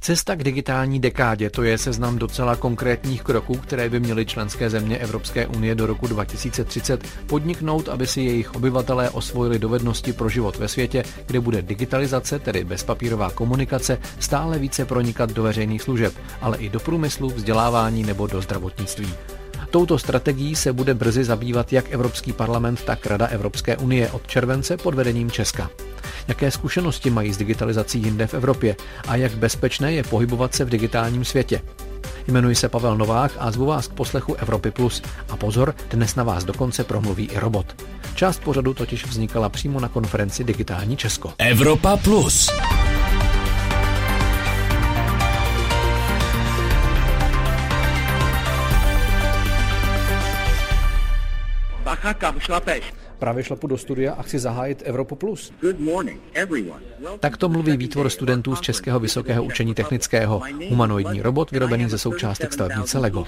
Cesta k digitální dekádě, to je seznam docela konkrétních kroků, které by měly členské země Evropské unie do roku 2030 podniknout, aby si jejich obyvatelé osvojili dovednosti pro život ve světě, kde bude digitalizace, tedy bezpapírová komunikace, stále více pronikat do veřejných služeb, ale i do průmyslu, vzdělávání nebo do zdravotnictví. Touto strategií se bude brzy zabývat jak Evropský parlament, tak Rada Evropské unie od července pod vedením Česka. Jaké zkušenosti mají s digitalizací jinde v Evropě a jak bezpečné je pohybovat se v digitálním světě? Jmenuji se Pavel Novák a zvu vás k poslechu Evropy Plus. A pozor, dnes na vás dokonce promluví i robot. Část pořadu totiž vznikala přímo na konferenci Digitální Česko. Evropa Plus. Bacha, kam šlapeš? Právě šlapu do studia a chci zahájit Evropu Plus. Tak to mluví výtvor studentů z Českého vysokého učení technického. Humanoidní robot vyrobený ze součástek stavebnice Lego.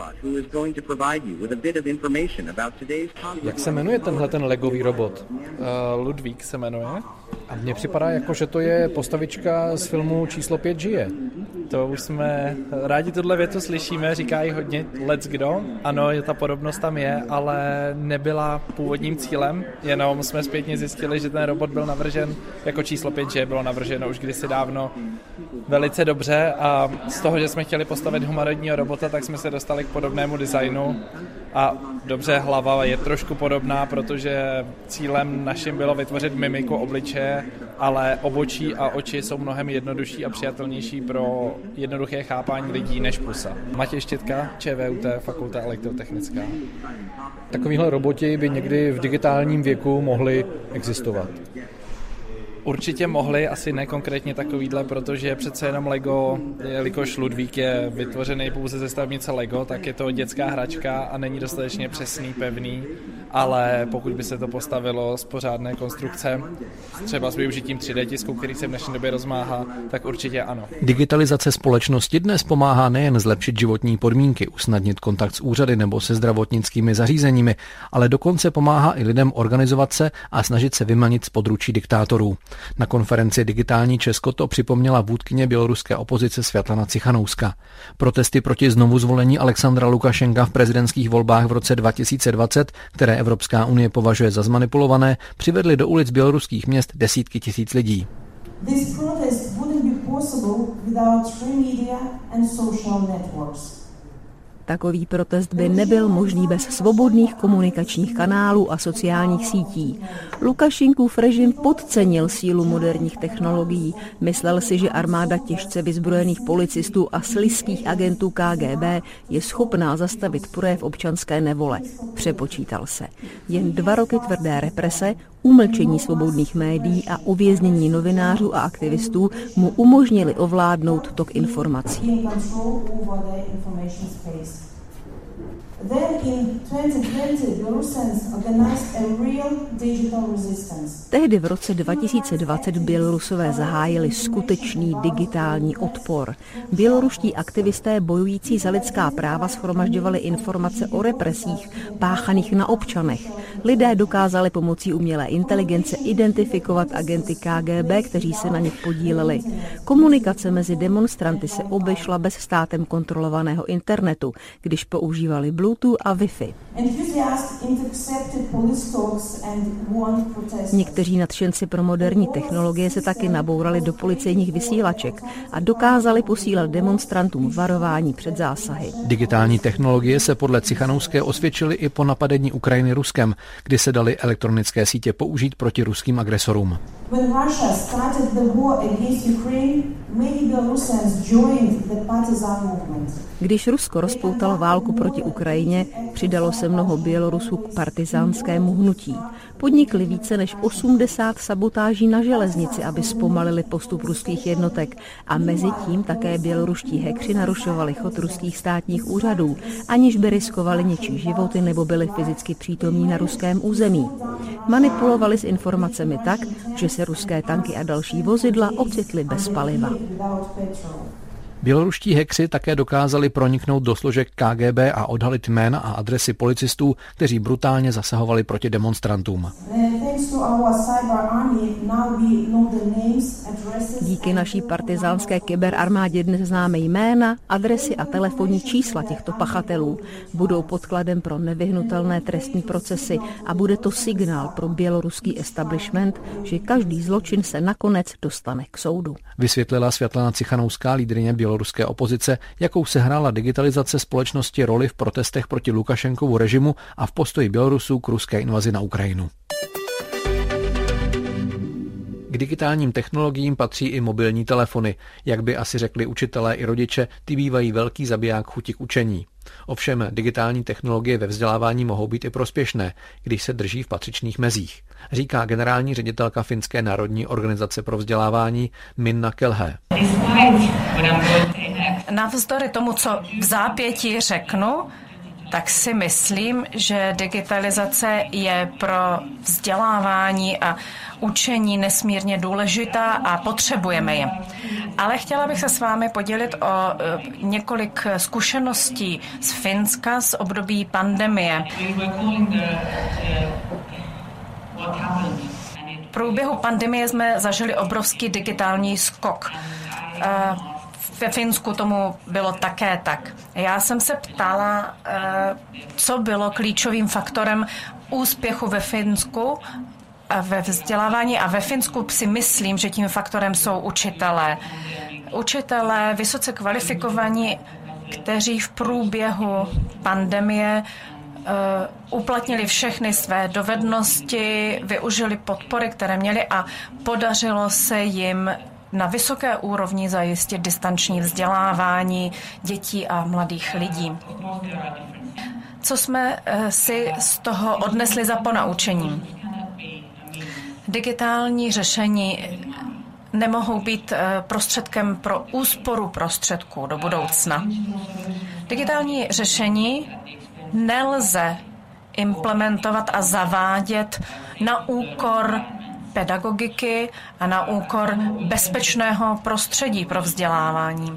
Jak se jmenuje ten Legový robot? Ludvík se jmenuje. A mně připadá jako, že to je postavička z filmu Číslo 5 žije. To už jsme rádi tohle větu slyšíme, říká i hodně leckdo. Ano, ta podobnost tam je, ale nebyla původním cílem, jenom jsme zpětně zjistili, že ten robot byl navržen jako Číslo 5 žije, bylo navrženo už kdysi dávno velice dobře a z toho, že jsme chtěli postavit humanoidního robota, tak jsme se dostali k podobnému designu a dobře, hlava je trošku podobná, protože cílem naším bylo vytvořit mimiku obličeje, ale obočí a oči jsou mnohem jednodušší a přijatelnější pro jednoduché chápání lidí než pusa. Matěj Štětka, ČVUT, Fakulta elektrotechnická. Takovýhle roboti by někdy v digitálním věku mohli existovat. Určitě mohli, asi ne konkrétně takovýhle, protože přece jenom Lego, jelikož Ludvík je vytvořený pouze ze stavebnice Lego, tak je to dětská hračka a není dostatečně přesný, pevný, ale pokud by se to postavilo z pořádné konstrukce, třeba s využitím 3D tisku, který se v dnešní době rozmáhá, tak určitě ano. Digitalizace společnosti dnes pomáhá nejen zlepšit životní podmínky, usnadnit kontakt s úřady nebo se zdravotnickými zařízeními, ale dokonce pomáhá i lidem organizovat se a snažit se vymanit z područí diktátorů. Na konferenci Digitální Česko to připomněla vůdkyně běloruské opozice Světlana Cichanouska. Protesty proti znovuzvolení Alexandra Lukašenka v prezidentských volbách v roce 2020, které Evropská unie považuje za zmanipulované, přivedly do ulic běloruských měst desítky tisíc lidí. This protest wouldn't be possible without free media and social networks. Takový protest by nebyl možný bez svobodných komunikačních kanálů a sociálních sítí. Lukašenkův režim podcenil sílu moderních technologií. Myslel si, že armáda těžce vyzbrojených policistů a slizkých agentů KGB je schopná zastavit projev občanské nevole. Přepočítal se. Jen 2 roky tvrdé represe, umlčení svobodných médií a uvěznění novinářů a aktivistů mu umožnili ovládnout tok informací. Tehdy v roce 2020 Bělorusové zahájili skutečný digitální odpor. Běloruští aktivisté bojující za lidská práva shromažďovali informace o represích páchaných na občanech. Lidé dokázali pomocí umělé inteligence identifikovat agenty KGB, kteří se na nich podíleli. Komunikace mezi demonstranty se obešla bez státem kontrolovaného internetu, když používali Bluetooth a Wi-Fi. Někteří nadšenci pro moderní technologie se taky nabourali do policejních vysílaček a dokázali posílat demonstrantům varování před zásahy. Digitální technologie se podle Cichanouské osvědčily i po napadení Ukrajiny Ruskem, kdy se daly elektronické sítě použít proti ruským agresorům. Když Rusko rozpoutalo válku proti Ukrajině, přidalo se mnoho Bělorusů k partizánskému hnutí. Podnikli více než 80 sabotáží na železnici, aby zpomalili postup ruských jednotek a mezi tím také běloruští hackři narušovali chod ruských státních úřadů, aniž by riskovali něčí životy nebo byli fyzicky přítomní na ruském území. Manipulovali s informacemi tak, že se ruské tanky a další vozidla ocitly bez paliva. Běloruští hackři také dokázali proniknout do složek KGB a odhalit jména a adresy policistů, kteří brutálně zasahovali proti demonstrantům. Díky naší partyzánské kyberarmádě dnes známe jména, adresy a telefonní čísla těchto pachatelů. Budou podkladem pro nevyhnutelné trestní procesy a bude to signál pro běloruský establishment, že každý zločin se nakonec dostane k soudu. Vysvětlila Světlana Cichanouská, lídryně běloruské opozice, jakou sehrála digitalizace společnosti roli v protestech proti Lukašenkovu režimu a v postoji Bělorusů k ruské invazi na Ukrajinu. K digitálním technologiím patří i mobilní telefony. Jak by asi řekli učitelé i rodiče, ty bývají velký zabiják chuti k učení. Ovšem digitální technologie ve vzdělávání mohou být i prospěšné, když se drží v patřičných mezích, říká generální ředitelka Finské národní organizace pro vzdělávání Minna Kelhe. Navzdory tomu, co v zápětí řeknu, tak si myslím, že digitalizace je pro vzdělávání a učení nesmírně důležitá a potřebujeme je. Ale chtěla bych se s vámi podělit o několik zkušeností z Finska z období pandemie. V průběhu pandemie jsme zažili obrovský digitální skok. Ve Finsku tomu bylo také tak. Já jsem se ptala, co bylo klíčovým faktorem úspěchu ve Finsku a ve vzdělávání. A ve Finsku si myslím, že tím faktorem jsou učitelé. Učitelé vysoce kvalifikovaní, kteří v průběhu pandemie uplatnili všechny své dovednosti, využili podpory, které měli a podařilo se jim na vysoké úrovni zajistit distanční vzdělávání dětí a mladých lidí. Co jsme si z toho odnesli za ponaučení? Digitální řešení nemohou být prostředkem pro úsporu prostředků do budoucna. Digitální řešení nelze implementovat a zavádět na úkor pedagogiky a na úkor bezpečného prostředí pro vzdělávání.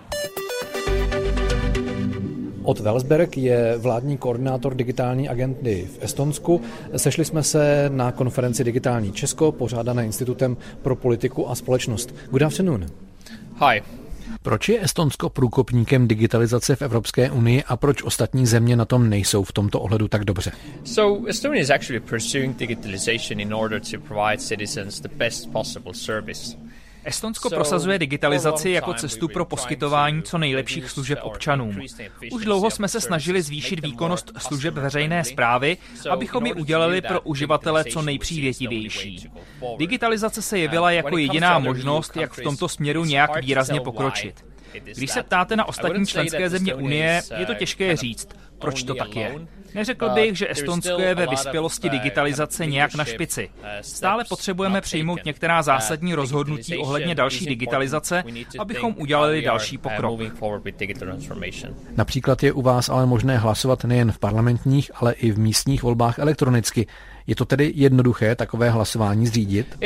Ott Welsberg je vládní koordinátor digitální agendy v Estonsku. Sešli jsme se na konferenci Digitální Česko, pořádané Institutem pro politiku a společnost. Good afternoon. Hi. Proč je Estonsko průkopníkem digitalizace v Evropské unii a proč ostatní země na tom nejsou v tomto ohledu tak dobře? So Estonia is actually pursuing digitalization in order to provide citizens the best possible service. Estonsko prosazuje digitalizaci jako cestu pro poskytování co nejlepších služeb občanům. Už dlouho jsme se snažili zvýšit výkonnost služeb veřejné správy, abychom ji udělali pro uživatele co nejpřívětivější. Digitalizace se jevila jako jediná možnost, jak v tomto směru nějak výrazně pokročit. Když se ptáte na ostatní členské země Unie, je to těžké říct, proč to tak je. Neřekl bych, že Estonsko je ve vyspělosti digitalizace nějak na špici. Stále potřebujeme přijmout některá zásadní rozhodnutí ohledně další digitalizace, abychom udělali další pokrok. Například je u vás ale možné hlasovat nejen v parlamentních, ale i v místních volbách elektronicky. Je to tedy jednoduché takové hlasování zřídit?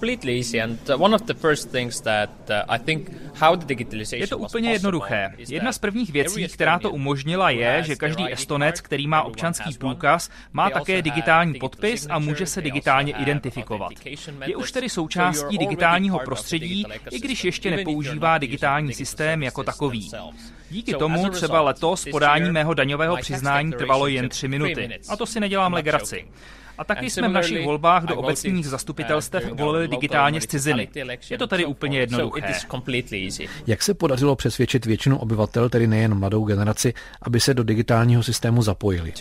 Je to úplně jednoduché. Jedna z prvních věcí, která to umožnila, je, že každý Estonec, který má občanský průkaz, má také digitální podpis a může se digitálně identifikovat. Je už tedy součástí digitálního prostředí, i když ještě nepoužívá digitální systém jako takový. Díky tomu třeba letos podání mého daňového přiznání trvalo jen 3 minuty. A to si nedělám legraci. A taky jsme v našich volbách do obecních zastupitelstev volili digitálně z ciziny. Je to tedy úplně jednoduché. Jak se podařilo přesvědčit většinu obyvatel, tedy nejen mladou generaci, aby se do digitálního systému zapojili?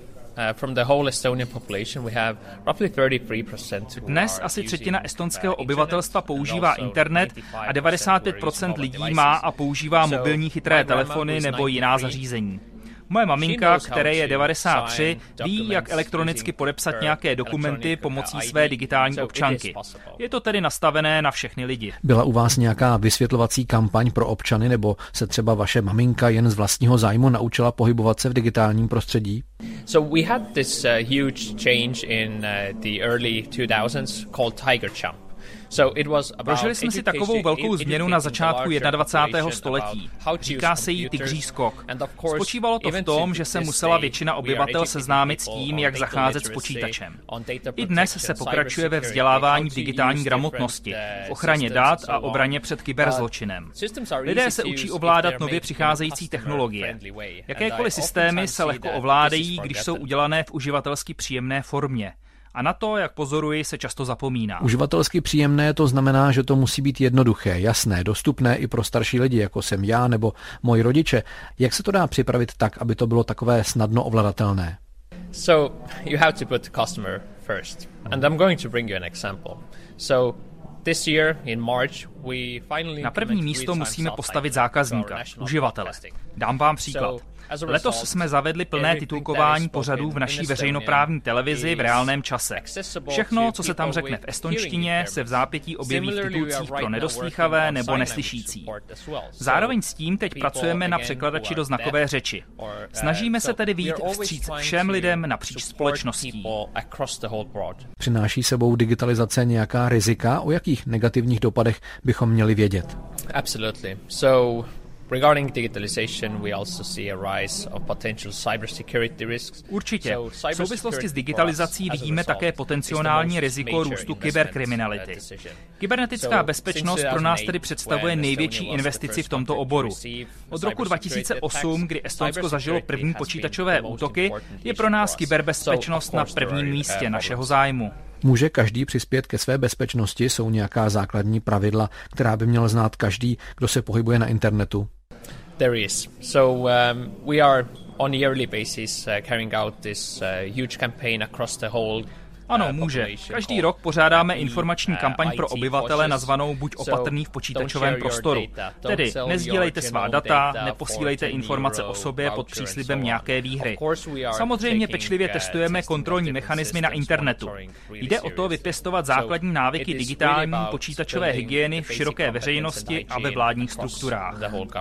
Dnes asi třetina estonského obyvatelstva používá internet a 95% lidí má a používá mobilní chytré telefony nebo jiná zařízení. Moje maminka, které je 93, ví, jak elektronicky podepsat nějaké dokumenty pomocí své digitální občanky. Je to tedy nastavené na všechny lidi. Byla u vás nějaká vysvětlovací kampaň pro občany, nebo se třeba vaše maminka jen z vlastního zájmu naučila pohybovat se v digitálním prostředí? So we had this huge change in the early 2000s called Tiger Jump. Prožili jsme si takovou velkou změnu na začátku 21. století. Říká se jí tygří skok. Spočívalo to v tom, že se musela většina obyvatel seznámit s tím, jak zacházet s počítačem. I dnes se pokračuje ve vzdělávání v digitální gramotnosti, v ochraně dat a obraně před kyberzločinem. Lidé se učí ovládat nově přicházející technologie. Jakékoliv systémy se lehko ovládají, když jsou udělané v uživatelsky příjemné formě. A na to, jak pozoruji, se často zapomíná. Uživatelsky příjemné to znamená, že to musí být jednoduché, jasné, dostupné i pro starší lidi, jako jsem já nebo moji rodiče. Jak se to dá připravit tak, aby to bylo takové snadno ovladatelné? So you have to put the customer first. And I'm going to bring you an example. So this year in March we finally Na první místo musíme postavit zákazníka, uživatele. Dám vám příklad. Letos jsme zavedli plné titulkování pořadů v naší veřejnoprávní televizi v reálném čase. Všechno, co se tam řekne v estonštině, se v zápětí objeví v titulcích pro nedoslýchavé nebo neslyšící. Zároveň s tím teď pracujeme na překladači do znakové řeči. Snažíme se tedy vyjít vstříc všem lidem napříč společností. Přináší sebou digitalizace nějaká rizika? O jakých negativních dopadech bychom měli vědět? Absolutely. So regarding digitalization, we also see a rise of potential cybersecurity risks. Určitě. V souvislosti s digitalizací vidíme také potenciální riziko růstu kyberkriminality. Kybernetická bezpečnost pro nás tedy představuje největší investici v tomto oboru. Od roku 2008, kdy Estonsko zažilo první počítačové útoky, je pro nás kyberbezpečnost na prvním místě našeho zájmu. Může každý přispět ke své bezpečnosti? Jsou nějaká základní pravidla, která by měl znát každý, kdo se pohybuje na internetu? There is. So we are on a yearly basis carrying out this huge campaign across the whole. Ano, může. Každý rok pořádáme informační kampaň pro obyvatele nazvanou Buď opatrný v počítačovém prostoru. Tedy nesdílejte svá data, neposílejte informace o sobě pod příslibem nějaké výhry. Samozřejmě pečlivě testujeme kontrolní mechanismy na internetu. Jde o to vypěstovat základní návyky digitální počítačové hygieny v široké veřejnosti a ve vládních strukturách.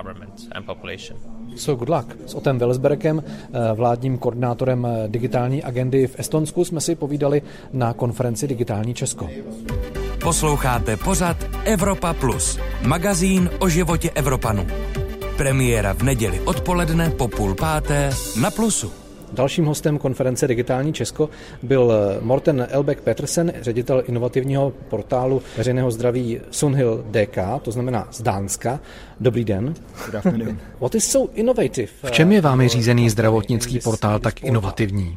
So good luck. S Otem Welsbergem, vládním koordinátorem digitální agendy v Estonsku, jsme si povídali na konferenci Digitální Česko. Posloucháte pořad Evropa Plus, magazín o životě Evropanů. Premiéra v neděli odpoledne po 4:30 na Plusu. Dalším hostem konference Digitální Česko byl Morten Elbæk Petersen, ředitel inovativního portálu veřejného zdraví Sundhed DK, to znamená z Dánska. Dobrý den. What is so innovative? V čem je vámi řízený zdravotnický portál tak inovativní?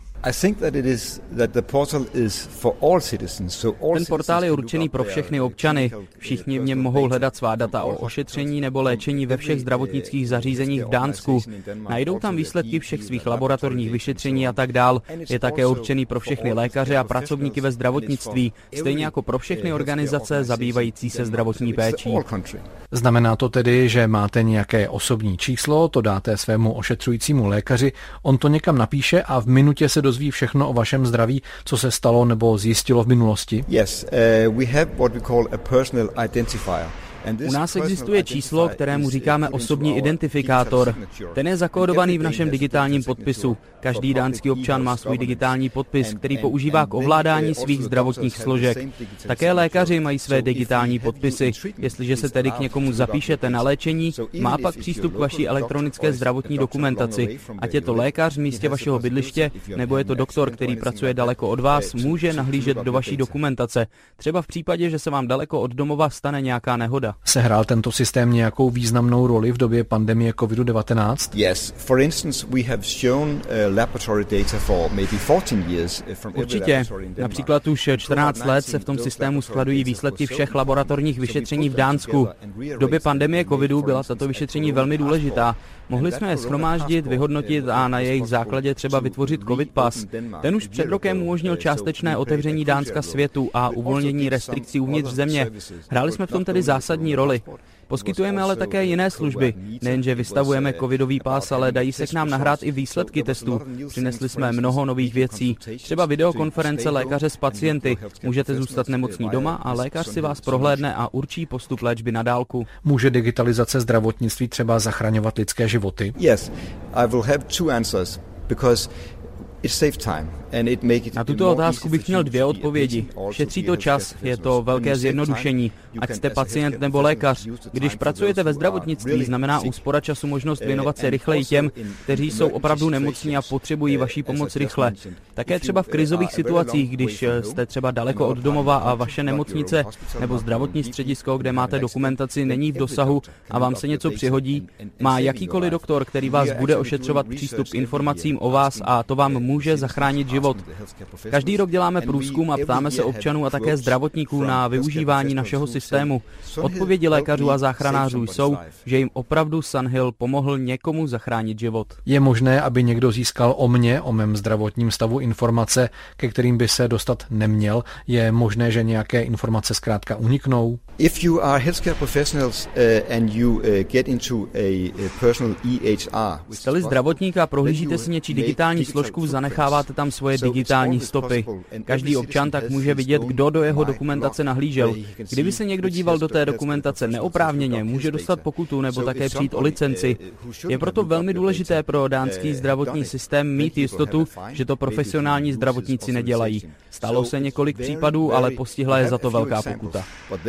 Ten portál je určený pro všechny občany. Všichni v něm mohou hledat svá data o ošetření nebo léčení ve všech zdravotnických zařízeních v Dánsku. Najdou tam výsledky všech svých laboratorních vyšetření a tak dál. Je také určený pro všechny lékaře a pracovníky ve zdravotnictví, stejně jako pro všechny organizace zabývající se zdravotní péčí. Znamená to tedy, že máte nějaké osobní číslo, to dáte svému ošetřujícímu lékaři, on to někam napíše a v minutě se dozví všechno o vašem zdraví, co se stalo nebo zjistilo v minulosti? Yes, we have what we call a personal identifier. U nás existuje číslo, kterému říkáme osobní identifikátor. Ten je zakódovaný v našem digitálním podpisu. Každý dánský občan má svůj digitální podpis, který používá k ovládání svých zdravotních složek. Také lékaři mají své digitální podpisy. Jestliže se tedy k někomu zapíšete na léčení, má pak přístup k vaší elektronické zdravotní dokumentaci. Ať je to lékař v místě vašeho bydliště, nebo je to doktor, který pracuje daleko od vás, může nahlížet do vaší dokumentace. Třeba v případě, že se vám daleko od domova stane nějaká nehoda. Sehrál tento systém nějakou významnou roli v době pandemie COVID-19? Yes, for instance, we have shown laboratory data for maybe 14 years from Určitě. Například už 14 let se v tom systému skladují výsledky všech laboratorních vyšetření v Dánsku. V době pandemie covidu byla tato vyšetření velmi důležitá. Mohli jsme je shromáždit, vyhodnotit a na jejich základě třeba vytvořit COVID pas. Ten už před rokem umožnil částečné otevření Dánska světu a uvolnění restrikcí uvnitř země. Hráli jsme v tom tedy zásadní roli. Poskytujeme ale také jiné služby. Nejenže vystavujeme covidový pás, ale dají se k nám nahrát i výsledky testů. Přinesli jsme mnoho nových věcí. Třeba videokonference lékaře s pacienty. Můžete zůstat nemocní doma a lékař si vás prohlédne a určí postup léčby na dálku. Může digitalizace zdravotnictví třeba zachraňovat lidské životy? Yes, I will have two answers, because Na tuto otázku bych měl 2 odpovědi. Šetří to čas, je to velké zjednodušení, ať jste pacient nebo lékař. Když pracujete ve zdravotnictví, znamená úspora času možnost věnovat se rychleji těm, kteří jsou opravdu nemocní a potřebují vaší pomoc rychle. Také třeba v krizových situacích, když jste třeba daleko od domova a vaše nemocnice nebo zdravotní středisko, kde máte dokumentaci, není v dosahu a vám se něco přihodí, má jakýkoliv doktor, který vás bude ošetřovat, přístup k informacím o vás a to vám může zachránit život. Každý rok děláme průzkum a ptáme se občanů a také zdravotníků na využívání našeho systému. Odpovědi lékařů a záchranářů jsou, že jim opravdu Sunhill pomohl někomu zachránit život. Je možné, aby někdo získal o mém zdravotním stavu informace, ke kterým by se dostat neměl? Je možné, že nějaké informace zkrátka uniknou? If you are healthcare professionals and you get into a personal EHR, jste-li zdravotník a prohlížíte si něčí digitální složku, zanecháváte tam svoje digitální stopy. Každý občan tak může vidět, kdo do jeho dokumentace nahlížel. Kdyby se někdo díval do té dokumentace neoprávněně, může dostat pokutu nebo také přijít o licenci. Je proto velmi důležité pro dánský zdravotní systém mít jistotu, že to profesionální zdravotníci nedělají. Stalo se několik případů, ale postihla je za to velká pokuta.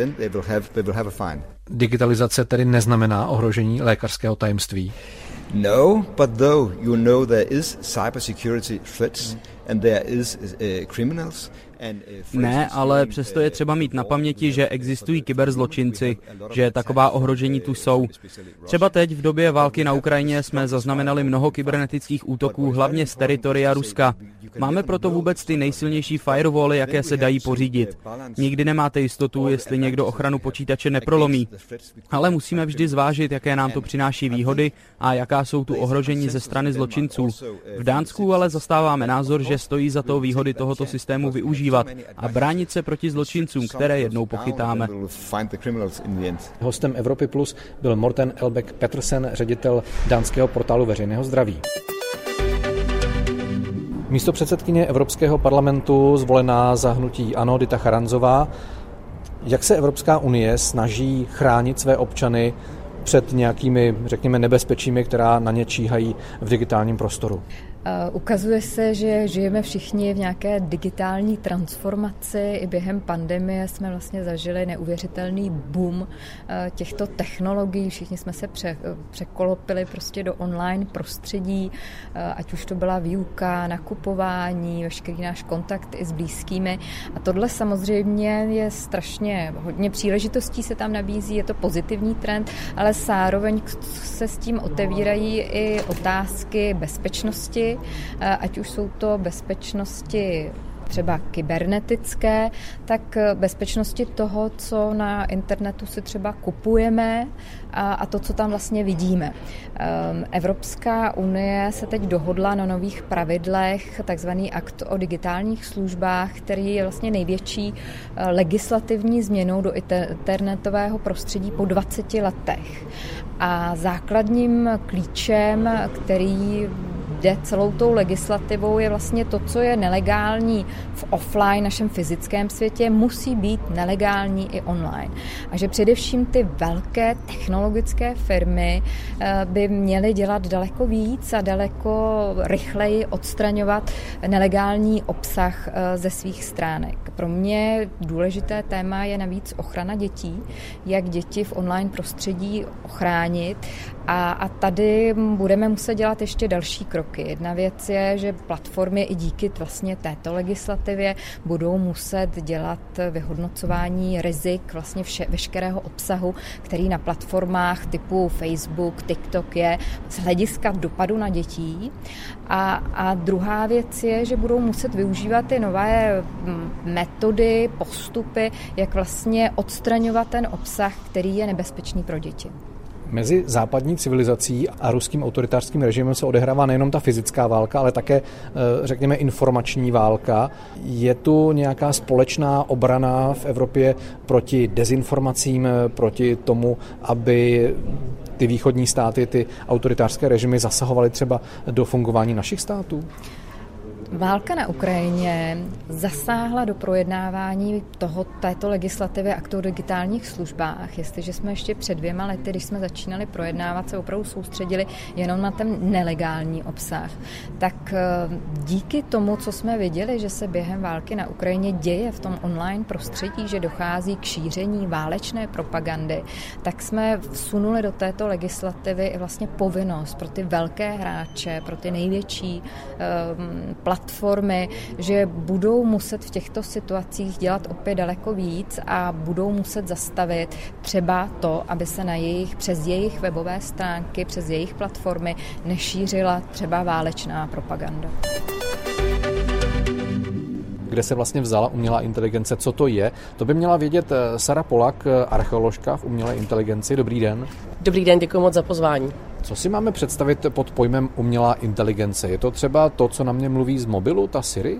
Digitalizace tedy neznamená ohrožení lékařského tajemství. No, but though you know there is cybersecurity threats and there is criminals. Ne, ale přesto je třeba mít na paměti, že existují kyberzločinci, že taková ohrožení tu jsou. Třeba teď v době války na Ukrajině jsme zaznamenali mnoho kybernetických útoků, hlavně z teritoria Ruska. Máme proto vůbec ty nejsilnější firewally, jaké se dají pořídit. Nikdy nemáte jistotu, jestli někdo ochranu počítače neprolomí. Ale musíme vždy zvážit, jaké nám to přináší výhody a jaká jsou tu ohrožení ze strany zločinců. V Dánsku ale zastáváme názor, že stojí za to výhody tohoto systému využívat a bránit se proti zločincům, které jednou pochytáme. Hostem Evropy Plus byl Morten Elbæk Petersen, ředitel dánského portálu veřejného zdraví. Místopředsedkyně Evropského parlamentu zvolená za hnutí ANO Dita Charanzová. Jak se Evropská unie snaží chránit své občany před nějakými, řekněme, nebezpečími, která na ně číhají v digitálním prostoru? Ukazuje se, že žijeme všichni v nějaké digitální transformaci. I během pandemie jsme vlastně zažili neuvěřitelný boom těchto technologií. Všichni jsme se překolopili prostě do online prostředí, ať už to byla výuka, nakupování, veškerý náš kontakt i s blízkými. A tohle samozřejmě je strašně hodně příležitostí se tam nabízí, je to pozitivní trend, ale zároveň se s tím otevírají i otázky bezpečnosti, ať už jsou to bezpečnosti třeba kybernetické, tak bezpečnosti toho, co na internetu si třeba kupujeme a to, co tam vlastně vidíme. Evropská unie se teď dohodla na nových pravidlech, takzvaný akt o digitálních službách, který je vlastně největší legislativní změnou do internetového prostředí po 20 letech. A základním klíčem, který jde celou tou legislativou, je vlastně to, co je nelegální v offline, našem fyzickém světě, musí být nelegální i online. A že především ty velké technologické firmy by měly dělat daleko víc a daleko rychleji odstraňovat nelegální obsah ze svých stránek. Pro mě důležité téma je navíc ochrana dětí, jak děti v online prostředí ochránit. A tady budeme muset dělat ještě další kroky. Jedna věc je, že platformy i díky vlastně této legislativě budou muset dělat vyhodnocování rizik vlastně veškerého obsahu, který na platformách typu Facebook, TikTok je z hlediska dopadu na dětí. A druhá věc je, že budou muset využívat ty nové metody, postupy, jak vlastně odstraňovat ten obsah, který je nebezpečný pro děti. Mezi západní civilizací a ruským autoritářským režimem se odehrává nejenom ta fyzická válka, ale také, řekněme, informační válka. Je tu nějaká společná obrana v Evropě proti dezinformacím, proti tomu, aby ty východní státy, ty autoritářské režimy zasahovaly třeba do fungování našich států? Válka na Ukrajině zasáhla do projednávání této legislativy aktu o digitálních službách. Jestliže jsme ještě před 2 lety, když jsme začínali projednávat, se opravdu soustředili jenom na ten nelegální obsah, tak díky tomu, co jsme viděli, že se během války na Ukrajině děje v tom online prostředí, že dochází k šíření válečné propagandy, tak jsme vsunuli do této legislativy i vlastně povinnost pro ty velké hráče, pro ty největší platformy, že budou muset v těchto situacích dělat opět daleko víc a budou muset zastavit třeba to, aby se přes jejich webové stránky, přes jejich platformy nešířila třeba válečná propaganda. Kde se vlastně vzala umělá inteligence, co to je? To by měla vědět Sara Polak, archeoložka v umělé inteligenci. Dobrý den. Dobrý den, děkuji moc za pozvání. Co si máme představit pod pojmem umělá inteligence? Je to třeba to, co na mě mluví z mobilu, ta Siri?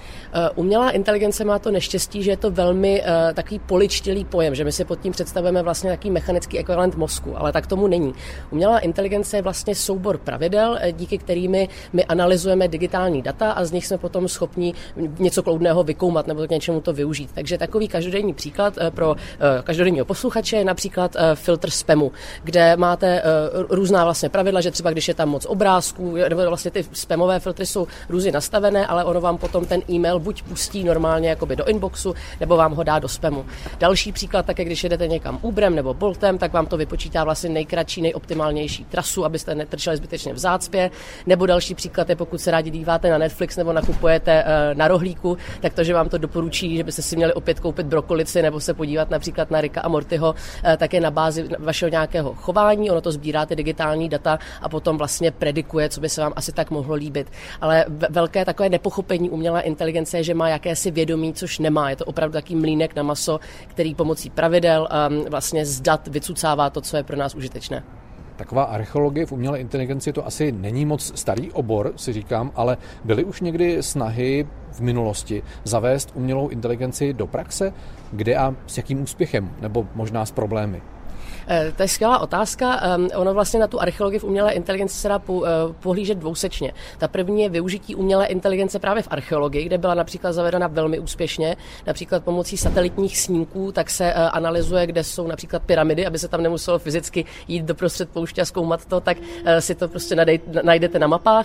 Umělá inteligence má to neštěstí, že je to velmi takový poličtělý pojem, že my si pod tím představujeme vlastně takový mechanický ekvivalent mozku, ale tak tomu není. Umělá inteligence je vlastně soubor pravidel, díky kterými my analyzujeme digitální data a z nich jsme potom schopni něco kloudného vykoumat nebo k něčemu to využít. Takže takový každodenní příklad pro každodenního posluchače je například filtr spamu, kde máte různá vlastně pravidla, že třeba když je tam moc obrázků, nebo vlastně ty spamové filtry jsou různě nastavené, ale ono vám potom ten e-mail buď pustí normálně jakoby do inboxu, nebo vám ho dá do spamu. Další příklad, také když jedete někam Uberem nebo Boltem, tak vám to vypočítá vlastně nejkratší, nejoptimálnější trasu, abyste netrčeli zbytečně v zácpě. Nebo další příklad je, pokud se rádi díváte na Netflix nebo nakupujete na rohlíku, tak to, že vám to doporučí, že byste si měli opět koupit brokolici nebo se podívat například na Ricka a Mortyho, tak je na bázi vašeho nějakého chování. Ono to sbírá ty digitální data a potom vlastně predikuje, co by se vám asi tak mohlo líbit. Ale velké takové nepochopení umělé inteligence, že má jakési vědomí, což nemá. Je to opravdu taký mlýnek na maso, který pomocí pravidel vlastně z dat vycucává to, co je pro nás užitečné. Taková archeologie v umělé inteligenci to asi není moc starý obor, si říkám, ale byly už někdy snahy v minulosti zavést umělou inteligenci do praxe? Kde a s jakým úspěchem? Nebo možná s problémy? To je skvělá otázka. Ono vlastně na tu archeologii v umělé inteligenci se dá pohlížet dvousečně. Ta první je využití umělé inteligence právě v archeologii, kde byla například zavedena velmi úspěšně. Například pomocí satelitních snímků, tak se analyzuje, kde jsou například pyramidy, aby se tam nemuselo fyzicky jít doprostřed pouště a zkoumat to, tak si to prostě najdete na mapách.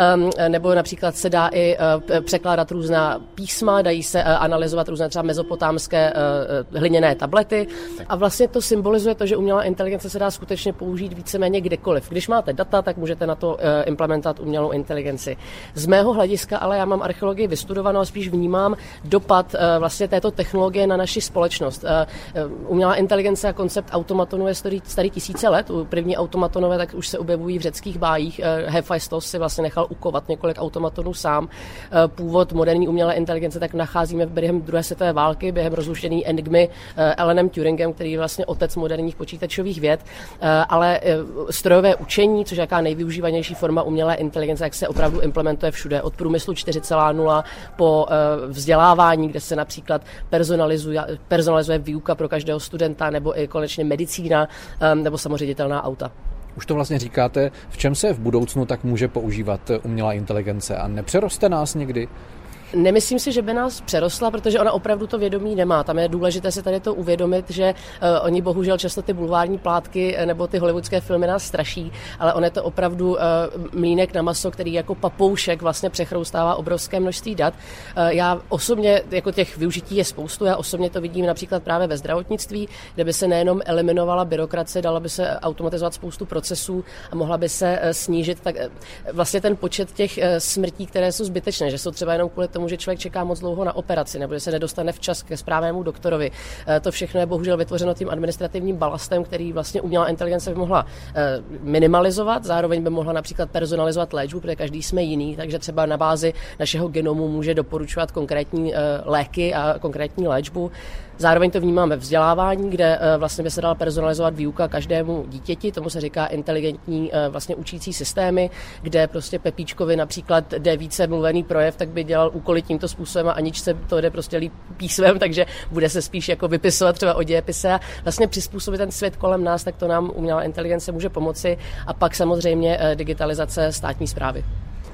Nebo například se dá i překládat různá písma, dají se analyzovat různé třeba mezopotámské hliněné tablety. A vlastně to symbolizuje to, že umělá inteligence se dá skutečně použít víceméně kdekoliv. Když máte data, tak můžete na to implementovat umělou inteligenci. Z mého hlediska, ale já mám archeologii vystudovanou a spíš vnímám dopad vlastně této technologie na naši společnost. Umělá inteligence a koncept automatonu je starý tisíce let. První automatonové tak už se objevují v řeckých bájích. Hephaistos si vlastně nechal ukovat několik automatonů sám. Původ moderní umělé inteligence tak nacházíme během druhé světové války, během rozluštění enigmy Alanem Turingem, který je vlastně otec moderních počítačových věd, ale strojové učení, což je jaká nejvyužívanější forma umělé inteligence, jak se opravdu implementuje všude, od průmyslu 4.0 po vzdělávání, kde se například personalizuje výuka pro každého studenta, nebo i konečně medicína, nebo samoředitelná auta. Už to vlastně říkáte, v čem se v budoucnu tak může používat umělá inteligence a nepřeroste nás někdy? Nemyslím si, že by nás přerostla, protože ona opravdu to vědomí nemá. Tam je důležité si tady to uvědomit, že oni bohužel často ty bulvární plátky nebo ty hollywoodské filmy nás straší, ale on je to opravdu mlýnek na maso, který jako papoušek vlastně přechroustává obrovské množství dat. Já osobně, jako těch využití je spoustu, já osobně to vidím například právě ve zdravotnictví, kde by se nejenom eliminovala byrokracie, dala by se automatizovat spoustu procesů a mohla by se snížit tak vlastně ten počet těch smrtí, které jsou zbytečné, že jsou třeba jenom kvůli tomu, že člověk čeká moc dlouho na operaci nebo že se nedostane včas ke správnému doktorovi. To všechno je bohužel vytvořeno tím administrativním balastem, který vlastně umělá inteligence by mohla minimalizovat, zároveň by mohla například personalizovat léčbu, protože každý jsme jiný, takže třeba na bázi našeho genomu může doporučovat konkrétní léky a konkrétní léčbu. Zároveň to vnímáme v vzdělávání, kde vlastně by se dala personalizovat výuka každému dítěti, tomu se říká inteligentní vlastně učící systémy, kde prostě Pepíčkovi například jde více mluvený projev, tak by dělal úkoly tímto způsobem a Aničce to jde prostě líp písmem, takže bude se spíš jako vypisovat třeba o dějepise a vlastně přizpůsobit ten svět kolem nás, tak to nám umělá inteligence může pomoci a pak samozřejmě digitalizace státní správy.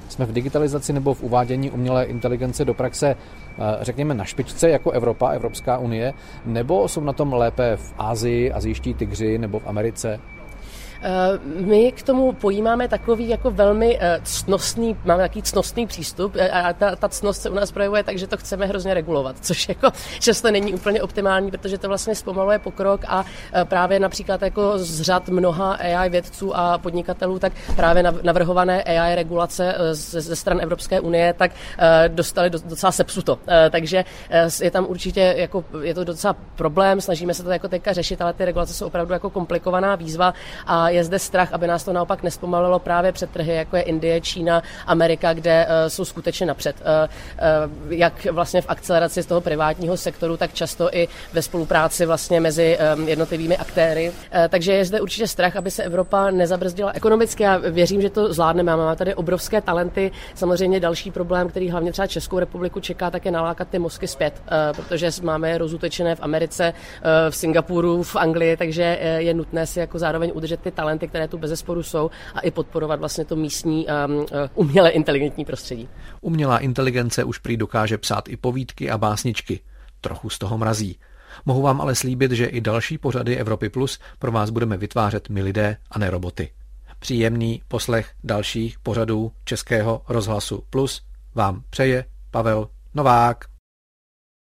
Jsme v digitalizaci nebo v uvádění umělé inteligence do praxe, řekněme, na špičce jako Evropa, Evropská unie, nebo jsou na tom lépe v Asii, asijští tygři nebo v Americe? My k tomu pojímáme takový jako velmi ctnostný, máme takový ctnostný přístup a ta ctnost se u nás projevuje tak, že to chceme hrozně regulovat, což jako často není úplně optimální, protože to vlastně zpomaluje pokrok a právě například jako z řad mnoha AI vědců a podnikatelů, tak právě navrhované AI regulace ze stran Evropské unie, tak dostali docela sepsuto. Takže je tam určitě jako, je to docela problém, snažíme se to jako teďka řešit, ale ty regulace jsou opravdu jako komplikovaná výzva a je zde strach, aby nás to naopak nespomalilo právě před trhy, jako je Indie, Čína, Amerika, kde jsou skutečně napřed. Jak vlastně v akceleraci z toho privátního sektoru, tak často i ve spolupráci vlastně mezi jednotlivými aktéry. Takže je zde určitě strach, aby se Evropa nezabrzdila ekonomicky. Já věřím, že to zvládneme. Máme tady obrovské talenty. Samozřejmě další problém, který hlavně třeba Českou republiku čeká, tak je nalákat ty mozky zpět, protože máme je rozutečené v Americe, v Singapuru, v Anglii, takže je nutné si jako zároveň udržet ty talenty, které tu bezesporu jsou a i podporovat vlastně to místní uměle inteligentní prostředí. Umělá inteligence už prý dokáže psát i povídky a básničky. Trochu z toho mrazí. Mohu vám ale slíbit, že i další pořady Evropy Plus pro vás budeme vytvářet my lidé a ne roboty. Příjemný poslech dalších pořadů Českého rozhlasu Plus vám přeje Pavel Novák.